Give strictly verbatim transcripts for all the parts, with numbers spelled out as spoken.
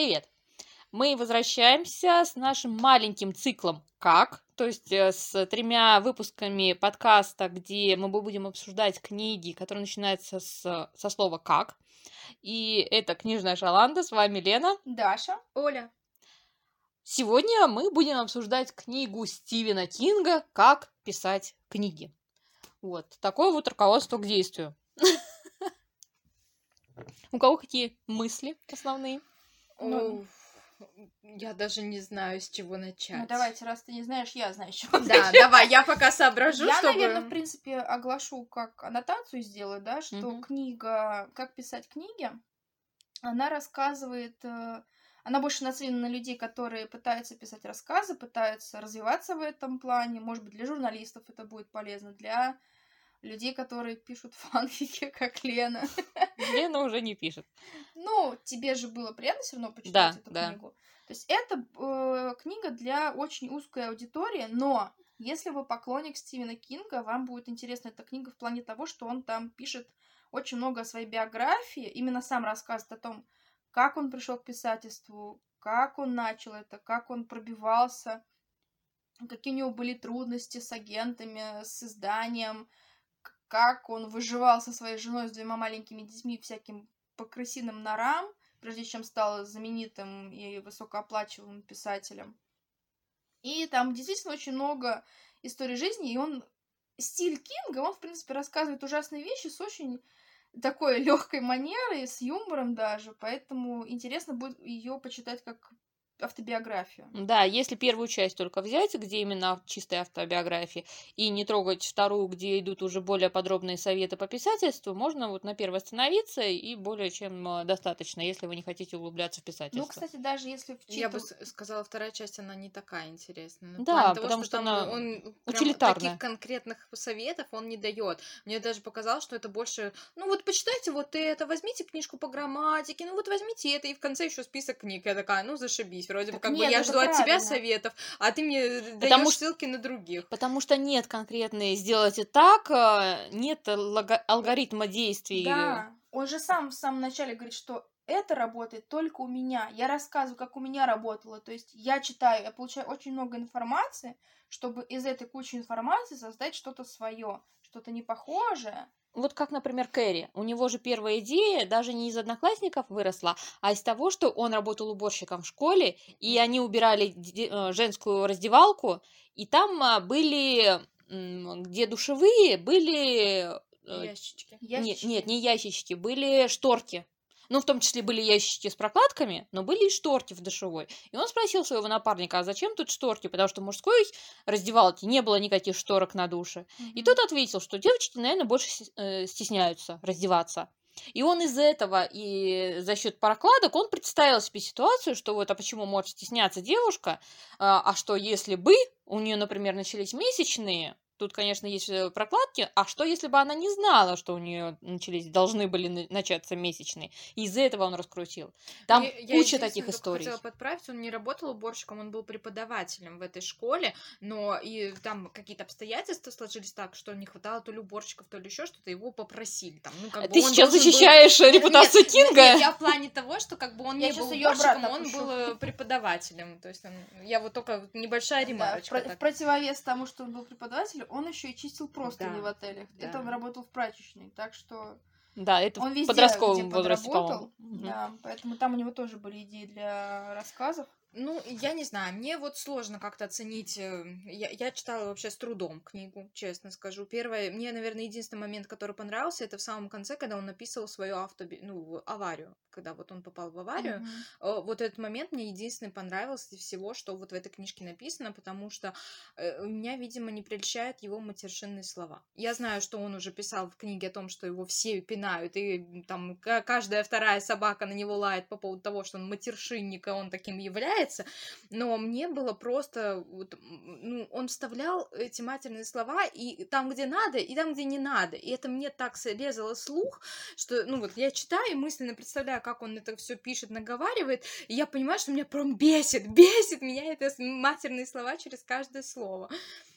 Привет! Мы возвращаемся с нашим маленьким циклом «Как?», то есть э, с тремя выпусками подкаста, где мы будем обсуждать книги, которые начинаются с, со слова «как». И это «Книжная шаланда», с вами Лена. Даша. Оля. Сегодня мы будем обсуждать книгу Стивена Кинга «Как писать книги». Вот, такое вот руководство к действию. У кого какие мысли основные? Ну, я даже не знаю, с чего начать. Ну, давайте, раз ты не знаешь, я знаю, с чего Да, давай, я пока соображу, Я, чтобы... наверное, в принципе, оглашу, как аннотацию сделаю, да, что Мгм. книга «Как писать книги», она рассказывает... э, Она больше нацелена на людей, которые пытаются писать рассказы, пытаются развиваться в этом плане. Может быть, для журналистов это будет полезно, для людей, которые пишут фанфики, как Лена. Лена уже не пишет. Ну, тебе же было приятно все равно Да, почитать эту да. книгу. То есть это э, книга для очень узкой аудитории, но если вы поклонник Стивена Кинга, вам будет интересна эта книга в плане того, что он там пишет очень много о своей биографии, именно сам рассказывает о том, как он пришел к писательству, как он начал это, как он пробивался, какие у него были трудности с агентами, с изданием, к- как он выживал со своей женой, с двумя маленькими детьми, всяким по крысиным норам, прежде чем стал знаменитым и высокооплачиваемым писателем. И там действительно очень много историй жизни, и он... Стиль Кинга, он, в принципе, рассказывает ужасные вещи с очень такой легкой манерой, с юмором даже, поэтому интересно будет ее почитать как автобиографию. Да, если первую часть только взять, где именно чистая автобиография, и не трогать вторую, где идут уже более подробные советы по писательству, можно вот на первой остановиться, и более чем э, достаточно, если вы не хотите углубляться в Ну, писательство. кстати, даже если Я бы вчитываться... с- сказала, вторая часть, она не такая интересная. Ну, в Да, плане того, потому что что там она он прям утилитарная. таких конкретных советов он не дает. Мне даже показалось, что это больше, ну вот почитайте вот это, возьмите книжку по грамматике, ну вот возьмите это, и в конце еще список книг. Я такая, ну зашибись, вроде бы Так как бы нет, я это жду от тебя правильно. советов, а ты мне Потому даешь что- ссылки на других. Потому что нет конкретной «сделайте так», э, нет лого- алгоритма действий. Да, он же сам в самом начале говорит, что это работает только у меня. Я рассказываю, как у меня работало. То есть я читаю, я получаю очень много информации, чтобы из этой кучи информации создать что-то свое, что-то не похожее. Вот как, например, Кэрри. У него же первая идея даже не из одноклассников выросла, а из того, что он работал уборщиком в школе, и они убирали де- э, женскую раздевалку, и там а, были, м, где душевые, были... э, Ящички. Нет, Ящички. нет, не ящички, были шторки. Ну, в том числе были ящички с прокладками, но были и шторки в душевой. И он спросил своего напарника, а зачем тут шторки? Потому что в мужской раздевалке не было никаких шторок на душе. И Мгм. тот ответил, что девочки, наверное, больше стес- э, стесняются раздеваться. И он из-за этого и за счет прокладок он представил себе ситуацию, что вот, а почему может стесняться девушка, а а что если бы у нее, например, начались месячные, тут, конечно, есть э, прокладки, а что если бы она не знала, что у нее начались, должны были на- начаться месячные? И из-за этого он раскрутил. Там Я, я куча единственное таких только историй. хотела подправить, он не работал уборщиком, он был преподавателем в этой школе, но и там какие-то обстоятельства сложились так, что не хватало то ли уборщиков, то ли еще что-то, его попросили. Там, ну, как бы Ты он сейчас должен был- защищаешь Нет, репутацию нет, Кинга? Нет, я в плане того, что как бы он Я не щас был её уборщиком, обратно он пушу. был э, преподавателем. То есть он- я вот только небольшая Да, в, ремарочка. про- в так. противовес тому, что он был преподавателем, он еще и чистил простыни Да, в отелях. да. Это он работал в прачечной, так что Да, это он в везде, подростковом где возрасте, подработал, по-моему. Мгм. да, поэтому там у него тоже были идеи для рассказов. Ну, я не знаю, мне вот сложно как-то оценить. э, Я, я читала вообще с трудом книгу, честно скажу. Первое, мне, наверное, единственный момент, который понравился, это в самом конце, когда он написывал свою автоби... ну, аварию, когда вот он попал в аварию. Мгм. Э, Вот этот момент мне единственный понравился из всего, что вот в этой книжке написано, потому что э, у меня, видимо, не прельщают его матершинные слова. Я знаю, что он уже писал в книге о том, что его все пинают, и м, там ка- каждая вторая собака на него лает по поводу того, что он матершинник, и он таким является. Но мне было просто... вот, м, ну, он вставлял эти матерные слова и там, где надо, и там, где не надо. И это мне так резало слух, что, ну вот, я читаю и мысленно представляю, как он это все пишет, наговаривает, и я понимаю, что меня прям бесит, бесит меня это с- матерные слова через каждое слово.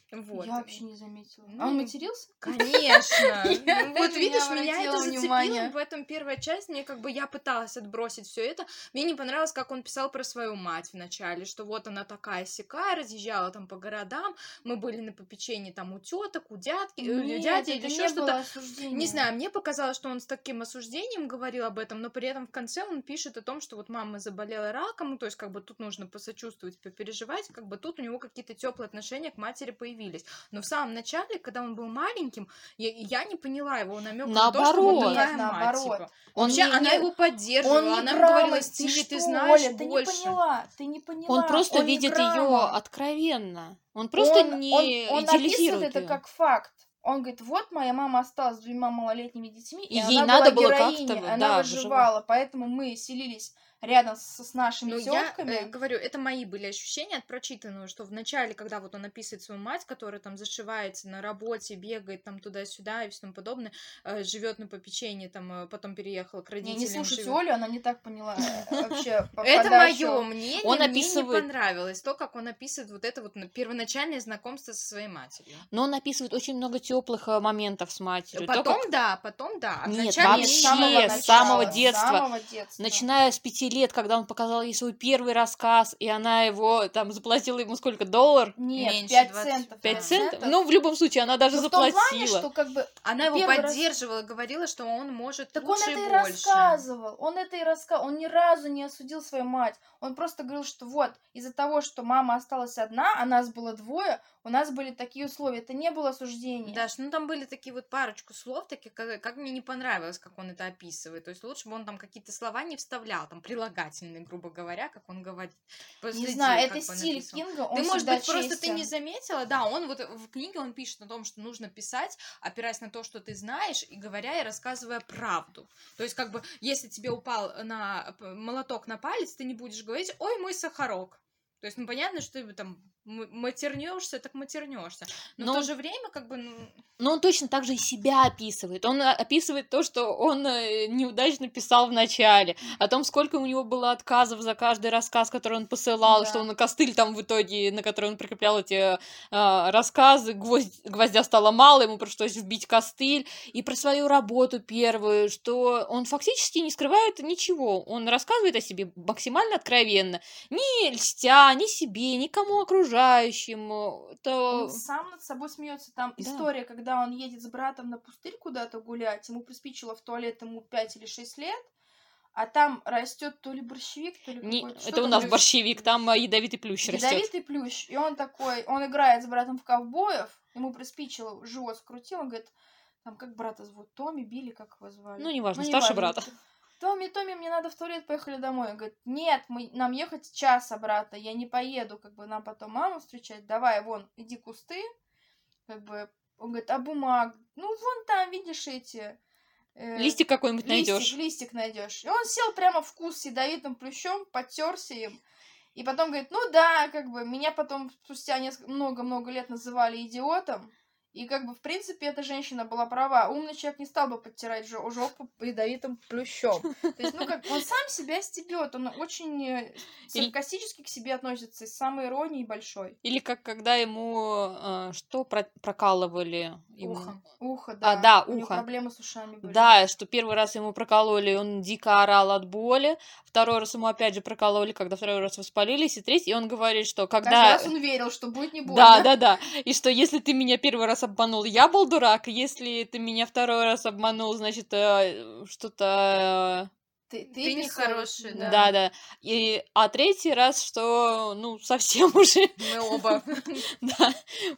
Вот. Я вообще не заметила. Ну, А он матерился? Конечно. Я Ну, вот даже не видишь, меня обратила это зацепило внимания. в этом первая часть. Мне как бы я пыталась отбросить все это. Мне не понравилось, как он писал про свою мать вначале, что вот она такая сякая, разъезжала там по городам, мы были на попечении там у теток, у дядки, э, Нет, дяди это или не еще было что-то. осуждения. Не знаю, мне показалось, что он с таким осуждением говорил об этом, но при этом в конце он пишет о том, что вот мама заболела раком, ну, то есть как бы тут нужно посочувствовать, попереживать, как бы тут у него какие-то теплые отношения к матери появились. Но в самом начале, когда он был маленьким, я, я не поняла его намека на то, что вот Наоборот. такая Нет, мать, наоборот. типа. Он Вообще, не- она не- его Он поддерживала, она ему неграмотный. говорила, Ты Стиви, ты что, знаешь Оля, ты не больше. поняла, ты не поняла. Он просто Он видит ее неграмотный. откровенно. Он просто Он, он, не он описывает идеализирует это ее. как факт. Он говорит, вот моя мама осталась с двумя малолетними детьми, и, И она ей была надо было героиней, как-то, она да, выживала, выживать. поэтому мы селились рядом с, с нашими Ну, я тетками. э, говорю, это мои были ощущения от прочитанного, что в начале, когда вот он описывает свою мать, которая там зашивается на работе, бегает там туда-сюда и все тому подобное, э, живет на попечении, там э, потом переехала к Не, родителям. не слушайте живет. Олю, она не так поняла э, вообще по- Это подачу. мое мнение, Он мне описывает- не понравилось то, как он описывает вот это вот на- первоначальное знакомство со своей матерью. Но он описывает очень много теплых моментов с матерью. То, Потом, как- да, потом, да. А Нет, вначале вообще, с не- самого, с начала, самого с детства. самого детства. Начиная с пяти лет, когда он показал ей свой первый рассказ, и она его там заплатила ему сколько, доллар? Нет, Меньше пять двадцати. центов. Пять Да. центов? Ну, в любом случае, она даже Но в том заплатила. плане, что как бы Она его первый раз- поддерживала, говорила, что он может Так он лучше это и и больше. рассказывал, он это и рассказывал, он ни разу не осудил свою мать, он просто говорил, что вот, из-за того, что мама осталась одна, а нас было двое, у нас были такие условия, это не было осуждение. Даш, ну там были такие вот парочку слов, таких, как, как мне не понравилось, как он это описывает. То есть лучше бы он там какие-то слова не вставлял, там прилагательные, грубо говоря, как он говорит. Не Последи, знаю, как это бы стиль написал. Кинга, он Ты, может всегда быть, просто ты честен. не заметила, да, он вот в книге он пишет о том, что нужно писать, опираясь на то, что ты знаешь, и говоря и рассказывая правду. То есть, как бы, если тебе упал на п- молоток на палец, ты не будешь говорить, ой, мой сахарок. То есть, ну, понятно, что ты там матернешься, так матернешься. Но, Но в то он- же время, как бы, ну, Но он точно так же и себя описывает. Он а, описывает то, что он э, неудачно писал в начале, о том, сколько у него было отказов за каждый рассказ, который он посылал, Да. что он на костыль там в итоге, на который он прикреплял эти а, рассказы, гвоздь, гвоздя стало мало, ему пришлось вбить костыль, и про свою работу первую, что он фактически не скрывает ничего. Он рассказывает о себе максимально откровенно, не льстя ни себе, никому окружающим. Это... Он сам над собой смеется. Там Да. история, когда он едет с братом на пустырь куда-то гулять, ему приспичило в туалет, ему пять или шесть лет, а там растет то ли борщевик, то ли Не- какой-то... что это у там нас растет? борщевик, там а, ядовитый плющ растет. Ядовитый плющ. И он такой, он играет с братом в ковбоев, ему приспичило, живот скрутил, он говорит, там как брата зовут, Томми, Билли, как его звали? Ну, неважно, старший неважно. брат. Томми, Томми, мне надо в туалет, поехали домой. Он говорит, нет, мы, нам ехать час обратно, я не поеду, как бы нам потом маму встречать, давай, вон, иди кусты, как бы, он говорит, а бумаг? Ну, вон там, видишь, эти... э, Листик какой-нибудь листик, найдешь. листик найдешь. И он сел прямо в куст с ядовитым плющом, потерся им, и потом говорит, ну да, как бы, меня потом спустя несколько, много-много лет называли идиотом, и как бы, в принципе, эта женщина была права. Умный человек не стал бы подтирать жо- жопу ядовитым плющом. То есть, ну как, он сам себя стебет, он очень э, Или- саркастически к себе относится, с самой иронией большой. Или как когда ему э, что про- прокалывали ему? Ухо. Ухо, да. А, да, У него ухо. проблемы с ушами были. Да, что первый раз ему прокололи, он дико орал от боли, второй раз ему опять же прокололи, когда второй раз воспалились, и третий, и он говорит, что Каждый когда... раз он верил, что будет не больно. Да, да, да. И что если ты меня первый раз обманул, я был дурак. Если ты меня второй раз обманул, значит, э, что-то... Ты, ты, Ты нехороший, бессовестный, да. Да, да. И, а третий раз, что, ну, совсем уже, мы оба. да.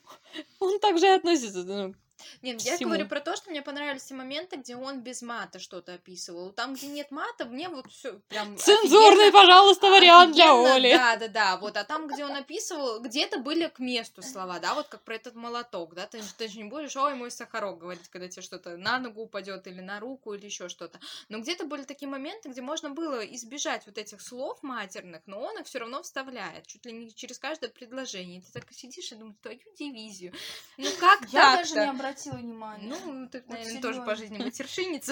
Он также и относится, ну, Нет, я всему. говорю про то, что мне понравились те моменты, где он без мата что-то описывал. Там, где нет мата, мне вот все прям цензурный, офигенно- пожалуйста, вариант для офигенно, Оли. Да, да, да. Вот, а там, где он описывал, где-то были к месту слова, да, вот как про этот молоток, да, ты, ты же не будешь, ой, мой сахарок, говорить, когда тебе что-то на ногу упадет или на руку или еще что-то. Но где-то были такие моменты, где можно было избежать вот этих слов матерных, но он их все равно вставляет, чуть ли не через каждое предложение. И ты так сидишь и думаешь, твою дивизию. Ну как Я даже не так-то? обратила обратила внимание. Ну, ты, Вот наверное, тоже по серьёзно. жизни матершинница.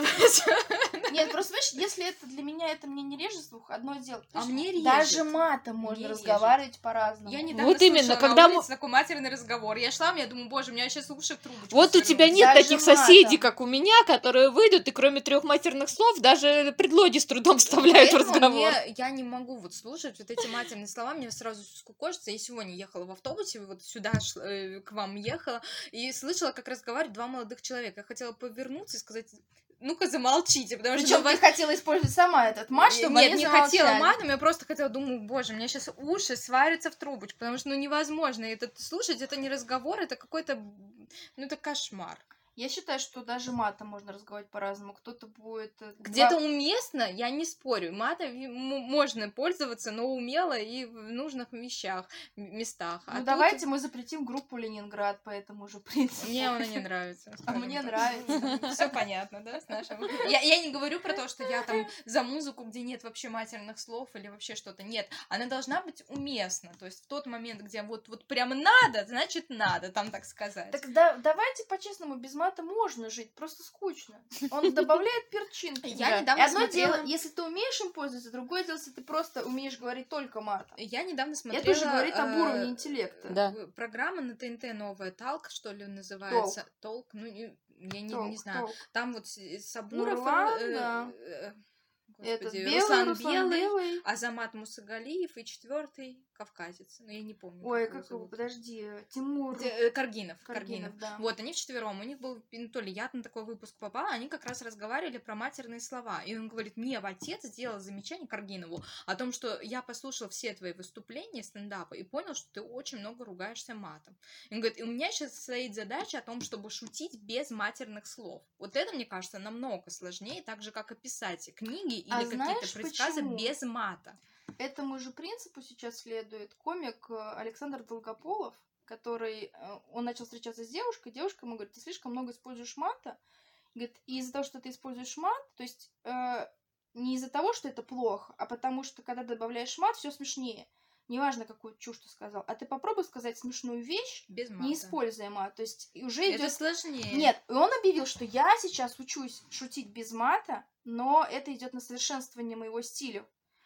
Нет, просто, видишь, если это для меня, это мне не режет слух, одно дело. А Видишь, мне Даже режет. матом можно Мне разговаривать по-разному. Я недавно Вот именно, слышала когда на мы- улице такой матерный разговор. Я шла, я думаю, боже, у меня сейчас уши в трубочку Вот у тебя свернутся. нет Даже таких соседей, матом. как у меня, которые выйдут и кроме трех матерных слов даже предлоги с трудом вставляют в Поэтому разговор. мне- я не могу вот слушать вот эти матерные слова, мне сразу скукожится. Я сегодня ехала в автобусе, вот сюда шла, э, к вам ехала, и слышала, как разговаривают два молодых человека. Я хотела повернуться и сказать, ну-ка замолчите, потому что... Причем ну, вас- ты хотела использовать сама этот мат, чтобы Нет, они не хотела замолчали. матом, я просто хотела, думаю, боже, у меня сейчас уши сварятся в трубочку, потому что, ну, невозможно это слушать, это не разговор, это какой-то, ну, это кошмар. Я считаю, что даже матом можно разговаривать по-разному. Кто-то будет... э, Где-то два- уместно, я не спорю, матом и- м- можно пользоваться, но умело и в нужных вещах, м- местах. А Ну, тут давайте мы запретим группу Ленинград по этому же принципу. мне она не нравится. А мне нравится. Все понятно, да, с нашим... Я, я не говорю про то, что я там за музыку, где нет вообще матерных слов или вообще что-то. Нет, она должна быть уместна. То есть в тот момент, где вот, вот прям надо, значит надо, там так сказать. Так да, давайте по-честному, без мата можно жить, просто скучно. Он добавляет перчинки. Я Да. недавно И одно смотрела... дело, если ты умеешь им пользоваться, другое дело, если ты просто умеешь говорить только матом. Я недавно смотрела... Это уже говорит об э, уровне интеллекта. Да. э, Программа на ТНТ новая, Талк, что ли, называется. Толк, ну, не- я не, Толк, не знаю. толк. Там вот с- Сабуров... Нурлан, э, да. э, Этот господи, белый, Руслан, Руслан Белый, Белый. Азамат Мусагалиев и четвертый кавказец. Ну, я не помню. Ой, как его как его, зовут. подожди, Тимур. Т- э, Каргинов, Каргинов, Каргинов. да. Вот, они вчетвером, у них был, ну, то ли я на такой выпуск попала, они как раз разговаривали про матерные слова. И он говорит, мне отец сделал замечание Каргинову о том, что я послушал все твои выступления стендапа и понял, что ты очень много ругаешься матом. И он говорит, и у меня сейчас стоит задача о том, чтобы шутить без матерных слов. Вот это, мне кажется, намного сложнее, так же, как и писать книги или А какие-то знаешь, предсказы почему? без мата. Этому же принципу сейчас следует комик э, Александр Долгополов, который, э, он начал встречаться с девушкой, девушка ему говорит, ты слишком много используешь мата, говорит, и из-за того, что ты используешь мат, то есть э, не из-за того, что это плохо, а потому что, когда добавляешь мат, все смешнее. Неважно, какую чушь ты сказал, а ты попробуй сказать смешную вещь, Без мата. не используя мат, то есть и уже Это идет... сложнее. Нет, и он объявил, что я сейчас учусь шутить без мата, но это идет на совершенствование моего стиля.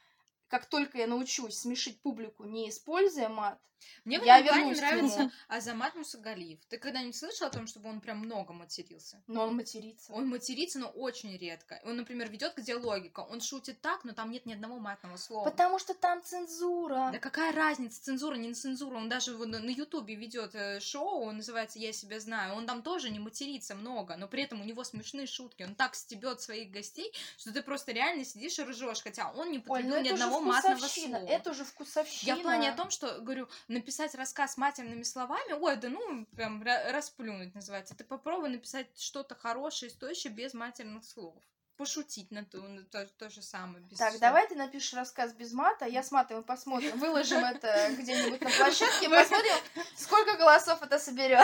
Как только я научусь смешить публику, не используя мат, Мне в я этом плане вернусь к нравится нему. Азамат Мусагалиев. Ты когда-нибудь слышал о том, чтобы он прям много матерился? Но он матерится. Он матерится, но очень редко. Он, например, ведет, где логика. Он шутит так, но там нет ни одного матного слова. Потому что там цензура. Да какая разница, цензура, не цензура. Он даже вот на Ютубе ведет э, шоу, он называется «Я себя знаю». Он там тоже не матерится много, но при этом у него смешные шутки. Он так стебет своих гостей, что ты просто реально сидишь и ржешь, хотя он не Ой, потребил ну ни это уже одного матного вкусовщина. слова. Это уже вкусовщина. Я в плане о том, что, говорю, написать рассказ матерными словами, ой, да ну, прям ра- расплюнуть называется. Ты попробуй написать что-то хорошее, стоящее без матерных слов. Пошутить на то, на то, то же самое. Без Так, слов. давай ты напишешь рассказ без мата, я с матом и посмотрим. Выложим это где-нибудь на площадке, посмотрим, сколько голосов это соберет.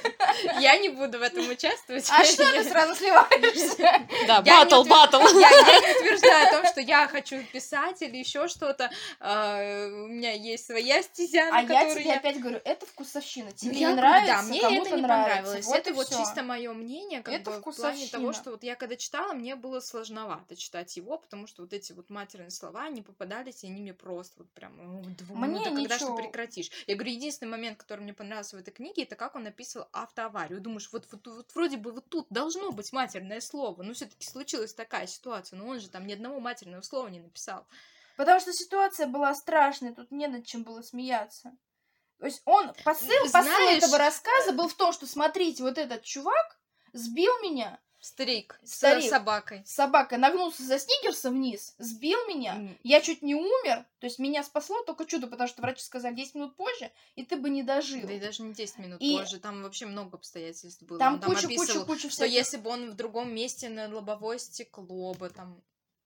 Я не буду в этом участвовать. А что ты сразу сливаешься? Да, Я не батл, утвер- батл. Я, я не утверждаю о том, что я хочу писать или еще что-то. А, у меня есть своя стезя, на А я которую тебе я... опять говорю, это вкусовщина. Тебе Я не говорю, нравится, да, мне кому-то это не нравится. понравилось. Вот это и вот всё. чисто мое мнение, как Это бы, в плане того, вкусовщина. что вот я когда читала, мне было сложновато читать его, потому что вот эти вот матерные слова, они попадались, и они мне просто вот прям, ну, двум, Мне ну, да когда ничего. что прекратишь? Я говорю, единственный момент, который мне понравился в этой книге, это как он описывал автоаварию. Думаешь, вот, вот, вот вроде бы вот тут должно быть матерное слово, но все-таки случилась такая ситуация, но он же там ни одного матерного слова не написал. Потому что ситуация была страшная, тут не над чем было смеяться. То есть он, посыл, посыл Знаешь, этого рассказа был в том, что, смотрите, вот этот чувак сбил меня, Старик, Старик. с собакой. собака нагнулся за сникерсом вниз, сбил меня, М. я чуть не умер, то есть меня спасло только чудо, потому что врачи сказали десять минут позже, и ты бы не дожил. Да и даже не десять минут И- позже, там вообще много обстоятельств было. Там Он там куча, куча, описывал, куча что всяких... если бы он в другом месте на лобовое стекло бы там...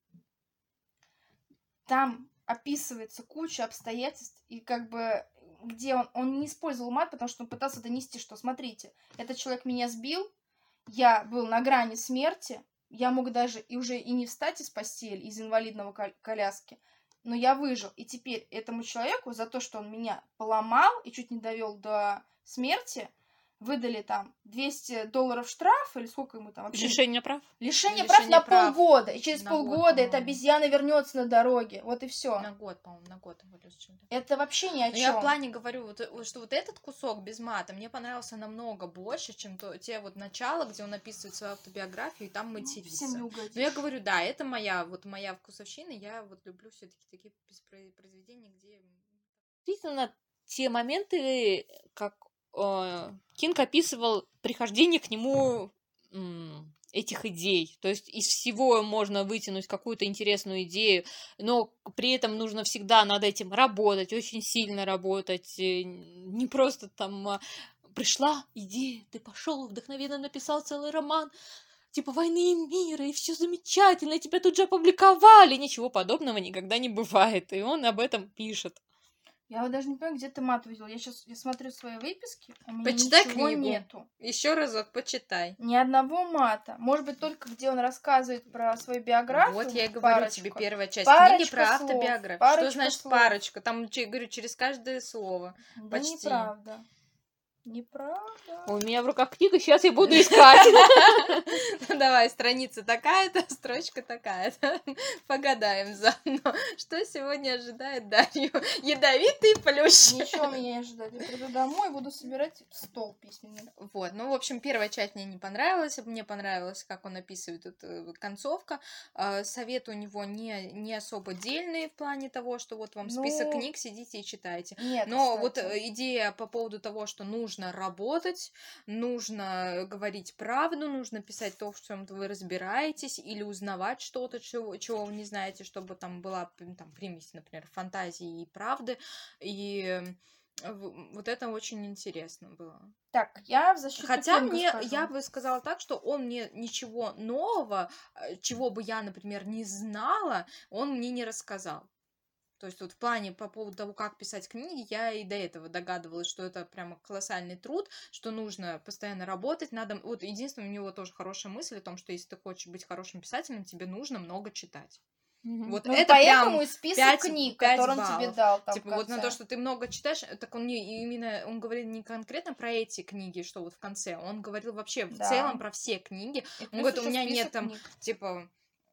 Там описывается куча обстоятельств, и как бы где он, он не использовал мат, потому что он пытался донести, что, смотрите, этот человек меня сбил, я был на грани смерти, я мог даже и уже и не встать из постели, из инвалидного кол- коляски, но я выжил. И теперь этому человеку за то, что он меня поломал и чуть не довел до смерти, выдали там двести долларов штраф, или сколько ему там вообще? Лишение прав? Лишение, Лишение прав на прав. полгода. И через На год, полгода эта по-моему. обезьяна вернется на дороге. Вот и все. На год, по-моему, на год его лишили. Это вообще ни о Но я в чем. плане говорю, вот, э, что вот этот кусок без мата мне понравился намного больше, чем то, те вот начала, где он описывает свою автобиографию, и там Всем не матерится. Но угодишь. я говорю, да, это моя, вот моя вкусовщина, я вот люблю все-таки такие пис- произведения, где... Действительно, те моменты, как э, Кинг описывал прихождение к нему м, этих идей. То есть из всего можно вытянуть какую-то интересную идею, но при этом нужно всегда над этим работать, очень сильно работать. э, Не просто там а, пришла идея, ты пошел, вдохновенно написал целый роман, типа «Войны и мира», и все замечательно, и тебя тут же опубликовали. Ничего подобного никогда не бывает, и он об этом пишет. Я вот даже не понимаю, где ты мат увидел. Я сейчас я смотрю свои выписки, у меня Почитай ничего книгу. нету. Еще разок почитай. Ни одного мата. Может быть, только где он рассказывает про свою биографию. Вот я и говорю парочку. тебе, первая часть Парочка книги про слов, автобиографию. парочка Что значит слов. парочка? Там, че- говорю, через каждое слово. Да Почти. неправда. Неправда. У меня в руках книга, сейчас я буду искать. Ну, давай, страница такая-то, строчка такая-то. Погадаем заодно. Что сегодня ожидает Дарью? Ядовитый плющ. Ничего меня не ожидает. Я приду домой, буду собирать стол письменный. Вот, ну, в общем, первая часть мне не понравилась. Мне понравилось, как он описывает тут э, концовка. Э, Советы у него не, не особо дельные в плане того, что вот вам список Ну, книг, сидите и читайте. Нет, Но вот кстати. э, идея по поводу того, что нужно работать, нужно говорить правду, нужно писать то, в чем вы разбираетесь, или узнавать что-то, чего, чего вы не знаете, чтобы там была м, там, примесь, например, фантазии и правды. И э, в- вот это очень интересно было. Так, я в защиту Хотя Кинга мне, скажу. я бы сказала так, что он мне ничего нового, э, чего бы я, например, не знала, он мне не рассказал. То есть вот в плане по поводу того, как писать книги, я и до этого догадывалась, что это прямо колоссальный труд, что нужно постоянно работать, надо... Вот единственное, у него тоже хорошая мысль о том, что если ты хочешь быть хорошим писателем, тебе нужно много читать. Мгм. Вот Ну, это поэтому прям и список пять книг, пять который он тебе баллов. дал там в Типа вот на то, конце. что ты много читаешь, так он не именно, он говорил не конкретно про эти книги, что вот в конце, он говорил вообще в Да. целом про все книги. И Он плюс говорит, у еще меня нет список там, книг. типа,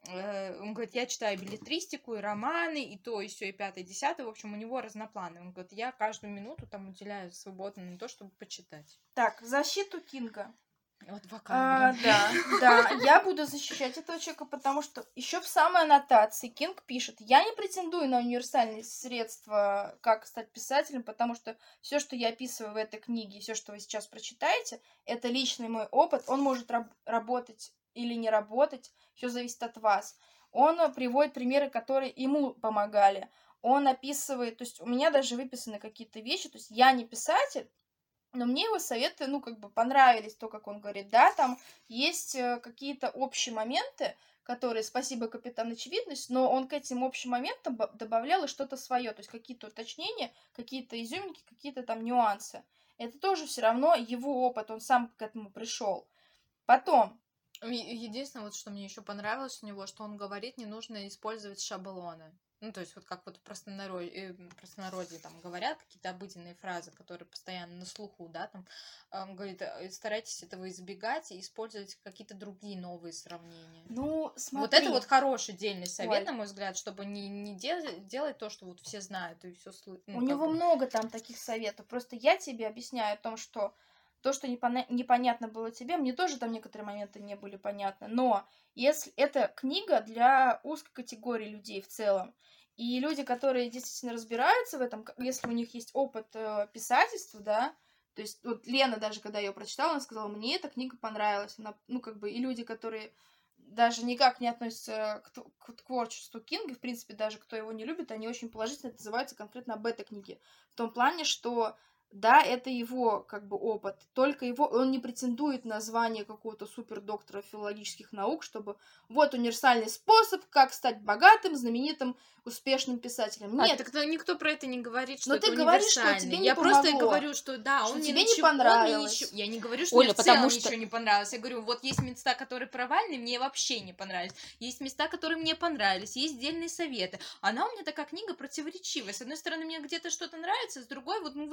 э, он говорит, я читаю беллетристику и романы, и то, и все, и пятое, и десятое. В общем, у него разнопланы. Он говорит, я каждую минуту там уделяю свободно на то, чтобы почитать. Так, в защиту Кинга. Вот А, вокал, блин. да, да, я буду защищать этого человека, потому что еще в самой аннотации Кинг пишет: я не претендую на универсальные средства, как стать писателем, потому что все, что я описываю в этой книге, все, что вы сейчас прочитаете, это личный мой опыт. Он может раб- работать или не работать, все зависит от вас. Он э, приводит примеры, которые ему помогали. Он описывает, то есть у меня даже выписаны какие-то вещи, то есть я не писатель, но мне его советы, ну, как бы понравились, то, как он говорит, да, там есть э, какие-то общие моменты, которые, спасибо, капитан Очевидность, но он к этим общим моментам бо- добавлял и что-то свое, то есть какие-то уточнения, какие-то изюминки, какие-то там нюансы. Это тоже все равно его опыт, он сам к этому пришел. Потом, Е- Единственное, вот что мне еще понравилось у него, что он говорит, не нужно использовать шаблоны. Ну, то есть, вот как вот в простонародье, в простонародье там говорят, какие-то обыденные фразы, которые постоянно на слуху, да, там, а, он говорит, «Э, старайтесь этого избегать и использовать какие-то другие новые сравнения. ну, смотри. Вот это вот хороший дельный совет, Оль. на мой взгляд, чтобы не, не дел- делать то, что вот все знают и все слышат. У него много там таких советов. Просто я тебе объясняю о том, что то, что непона- непонятно было тебе, мне тоже там некоторые моменты не были понятны. Но если это книга для узкой категории людей в целом, и люди, которые действительно разбираются в этом, к- если у них есть опыт э, писательства, да, то есть вот Лена даже, когда ее прочитала, она сказала, мне эта книга понравилась. Она, ну, как бы, и люди, которые даже никак не относятся к, тв- к творчеству Кинга, в принципе, даже кто его не любит, они очень положительно отзываются конкретно об этой книге. В том плане, что да, это его как бы опыт, только его, он не претендует на звание какого-то супер доктора филологических наук, чтобы вот универсальный способ, как стать богатым, знаменитым, успешным писателем. А, Нет, так то никто про это не говорит, что Но это ты говоришь, что универсальный. тебе не Я просто помогло, говорю, что да, что он мне тебе не ничего, он мне понравилось. ничего- Я не говорю, что Оля, мне в потому целом что- ничего не понравилось. Я говорю, вот есть места, которые провальные, мне вообще не понравились. Есть места, которые мне понравились. Есть дельные советы. Она у меня такая книга противоречивая. С одной стороны, мне где-то что-то нравится, с другой, вот, ну вот все,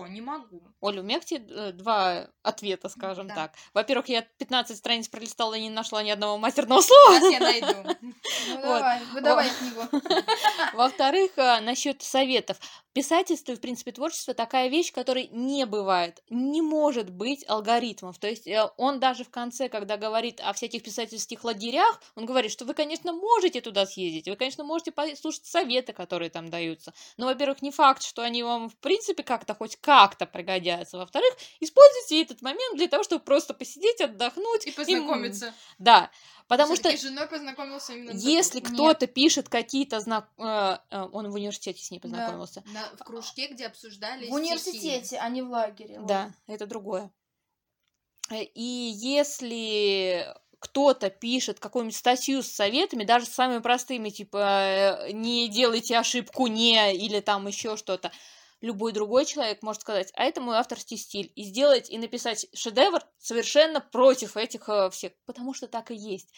не могу. Оля, у меня к тебе э, два ответа, скажем Да. так. Во-первых, я пятнадцать страниц пролистала и не нашла ни одного матерного слова. Сейчас я найду. Ну Вот. давай, выдавай книгу. Во-вторых, насчет советов. Писательство и, в принципе, творчество такая вещь, которой не бывает, не может быть алгоритмов. То есть э, он даже в конце, когда говорит о всяких писательских лагерях, он говорит, что вы, конечно, можете туда съездить, вы, конечно, можете послушать советы, которые там даются. Но, во-первых, не факт, что они вам, в принципе, как-то хоть как-то пригодятся. Во-вторых, используйте этот момент для того, чтобы просто посидеть, отдохнуть. И м, познакомиться. Да, потому что Всё-таки с женой познакомился именно на если такой. кто-то пишет какие-то знак... э, э, Он в университете с ней Да. познакомился. На- в кружке, где обсуждали В стихи. университете, а не в лагере. Да, это другое. Э, И если кто-то пишет какую-нибудь статью с советами, даже с самыми простыми, типа э, не делайте ошибку не или там еще что-то, любой другой человек может сказать, а это мой авторский стиль, и сделать и написать шедевр совершенно против этих э, всех, потому что так и есть.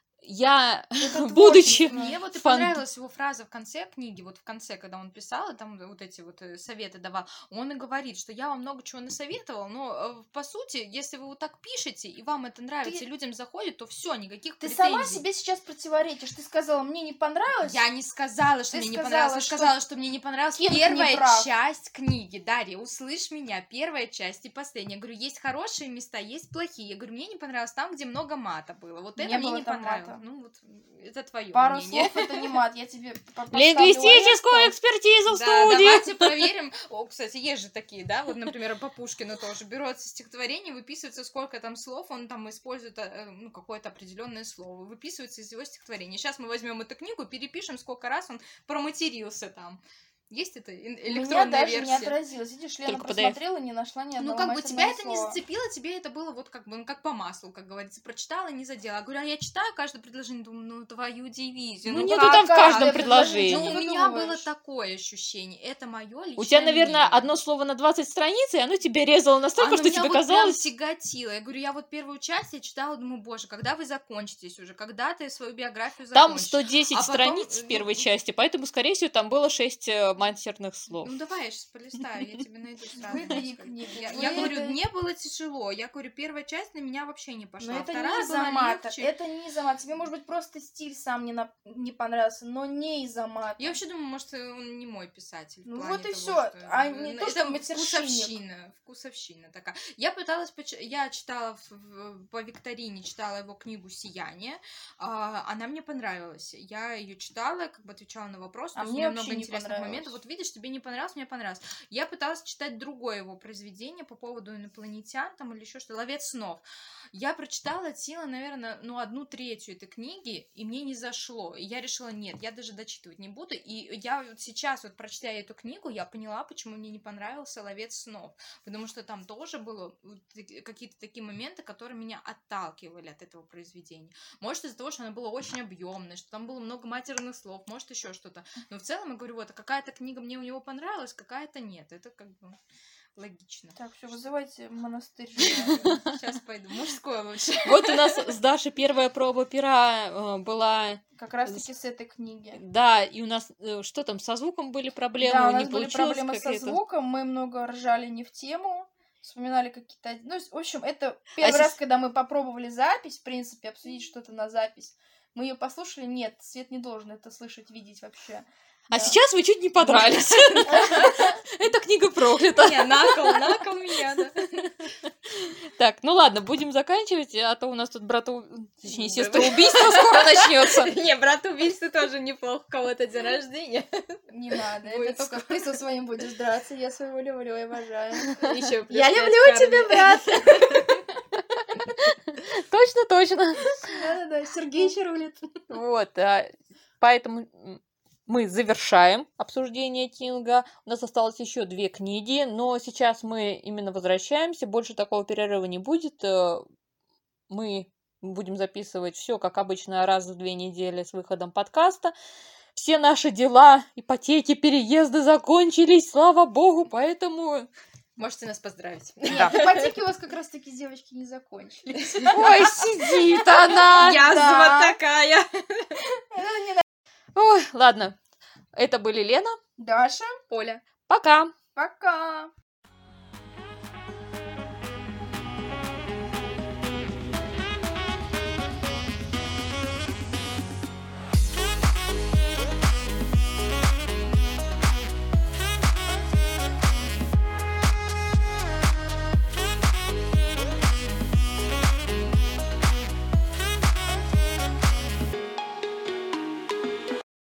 Я, Это будучи творчество. Мне вот и фан- понравилась его фраза в конце книги, вот в конце, когда он писал, и там вот эти вот э, советы давал, он и говорит, что я вам много чего насоветовал, но э, по сути, если вы вот так пишете, и вам это нравится, Ты- и людям заходит, то все, никаких Ты претензий. сама себе сейчас противоречишь. Ты сказала, мне не понравилось. Я не сказала, что Ты мне не сказала, понравилось. Я что сказала, что мне не понравилась Кинг не первая прав. часть книги. Дарья, услышь меня. Первая часть и последняя. Я говорю, есть хорошие места, есть плохие. Я говорю, мне не понравилось там, где много мата было. Вот Не это было мне не там понравилось. мата. Ну, вот это твое Пару мнение. слов это не мат. Я тебе по- поставлю лингвистическую арестом. экспертизу в Да, студии. давайте проверим. О, кстати, есть же такие, да, вот, например, по Пушкину тоже. Берется стихотворение, выписывается, сколько там слов, он там использует э, ну, какое-то определенное слово. Выписывается из его стихотворения. Сейчас мы возьмем эту книгу, перепишем, сколько раз он проматерился там. Есть это эн- У меня электронная даже не версия? отразилось. Видишь, Лена Только пи ди эф. просмотрела и не нашла ни Ну, одного как бы тебя матерного это не слова. зацепило, тебе это было вот как бы, ну, как по маслу, как говорится. Прочитала, не задела. Я говорю, а я читаю каждое предложение, думаю, ну, твою дивизию. Ну, Ну, нету как там в так? каждом Каждое предложении. Ну, у предложение меня было выдумываешь. такое ощущение. Это мое личное У тебя, наверное, мнение. одно слово на двадцать страниц, и оно тебе резало настолько, Оно что меня тебе вот прям казалось... тяготило. Я говорю, я вот первую часть я читала, думаю, боже, когда вы закончитесь уже, когда ты свою биографию Там закончишь. сто десять А потом, страниц в ну, первой части, поэтому, скорее всего, там было шесть матерных слов. Ну давай, я сейчас полистаю, я тебе найду сразу. Выдай несколько. книгу, Я, я говорю, выдай. мне было тяжело. Я говорю, первая часть на меня вообще не пошла. Но это Вторая не из-за была мата. легче. Это не из-за мата. Тебе, может быть, просто стиль сам не, на- не понравился, но не из-за мата. Я вообще думаю, может, он не мой писатель. в Ну плане вот и того, всё. что, А э, не ну, то, это что матершинник. вкусовщина, вкусовщина такая. Я пыталась, поч- я читала в- в- по викторине, читала его книгу «Сияние», а, она мне понравилась. Я ее читала, как бы отвечала на вопросы, А то есть мне у меня вообще много не интересных понравилось. моментов. Вот видишь, тебе не понравилось, мне понравилось. Я пыталась читать другое его произведение по поводу инопланетян там или еще что, «Ловец снов». Я прочитала от силы, наверное, ну, одну третью этой книги, и мне не зашло. И я решила, нет, я даже дочитывать не буду. И я вот сейчас, вот прочитая эту книгу, я поняла, почему мне не понравился «Ловец снов». Потому что там тоже было вот таки- какие-то такие моменты, которые меня отталкивали от этого произведения. Может, из-за того, что оно было очень объемное, что там было много матерных слов, может, еще что-то. Но в целом, я говорю, вот, а какая-то книга мне у него понравилась, какая-то нет. Это как бы логично. Так, все, вызывайте монастырь. Сейчас пойду. Мужской лучше. Вот у нас с Дашей первая проба пера э, была, Как раз-таки с этой книги. да, и у нас э, что там, со звуком были проблемы, Да, у не нас были получилось проблемы со какие-то. звуком, мы много ржали не в тему, вспоминали какие-то... Ну, в общем, это первый А раз, сес- когда мы попробовали запись, в принципе, обсудить что-то на запись. Мы ее послушали, нет, Свет не должен это слышать, видеть вообще. А Да. сейчас вы чуть не подрались. Эта книга проклята. Не, на кол, на кол меня, да. Так, ну ладно, будем заканчивать, а то у нас тут брата, точнее, Да. сестроубийство скоро начнется. Не, брат убийцы тоже неплохо, у кого-то день рождения. Не надо, Будет это только ты со своим будешь драться, я своего люблю и обожаю. Еще плюс Я пять люблю карме. тебя, брат! Точно, точно. Да-да-да, Сергей рулит. Вот, а, поэтому м, мы завершаем обсуждение Кинга. У нас осталось еще две книги, но сейчас мы именно возвращаемся. Больше такого перерыва не будет. Э, Мы будем записывать все, как обычно, раз в две недели с выходом подкаста. Все наши дела, ипотеки, переезды закончились, слава богу, поэтому... Можете нас поздравить. Нет, ипотеки у вас как раз-таки, девочки, не закончились. Ой, сидит она! Язва да. такая. Это не Ой, ладно, это были Лена. Даша, Оля. Пока! пока!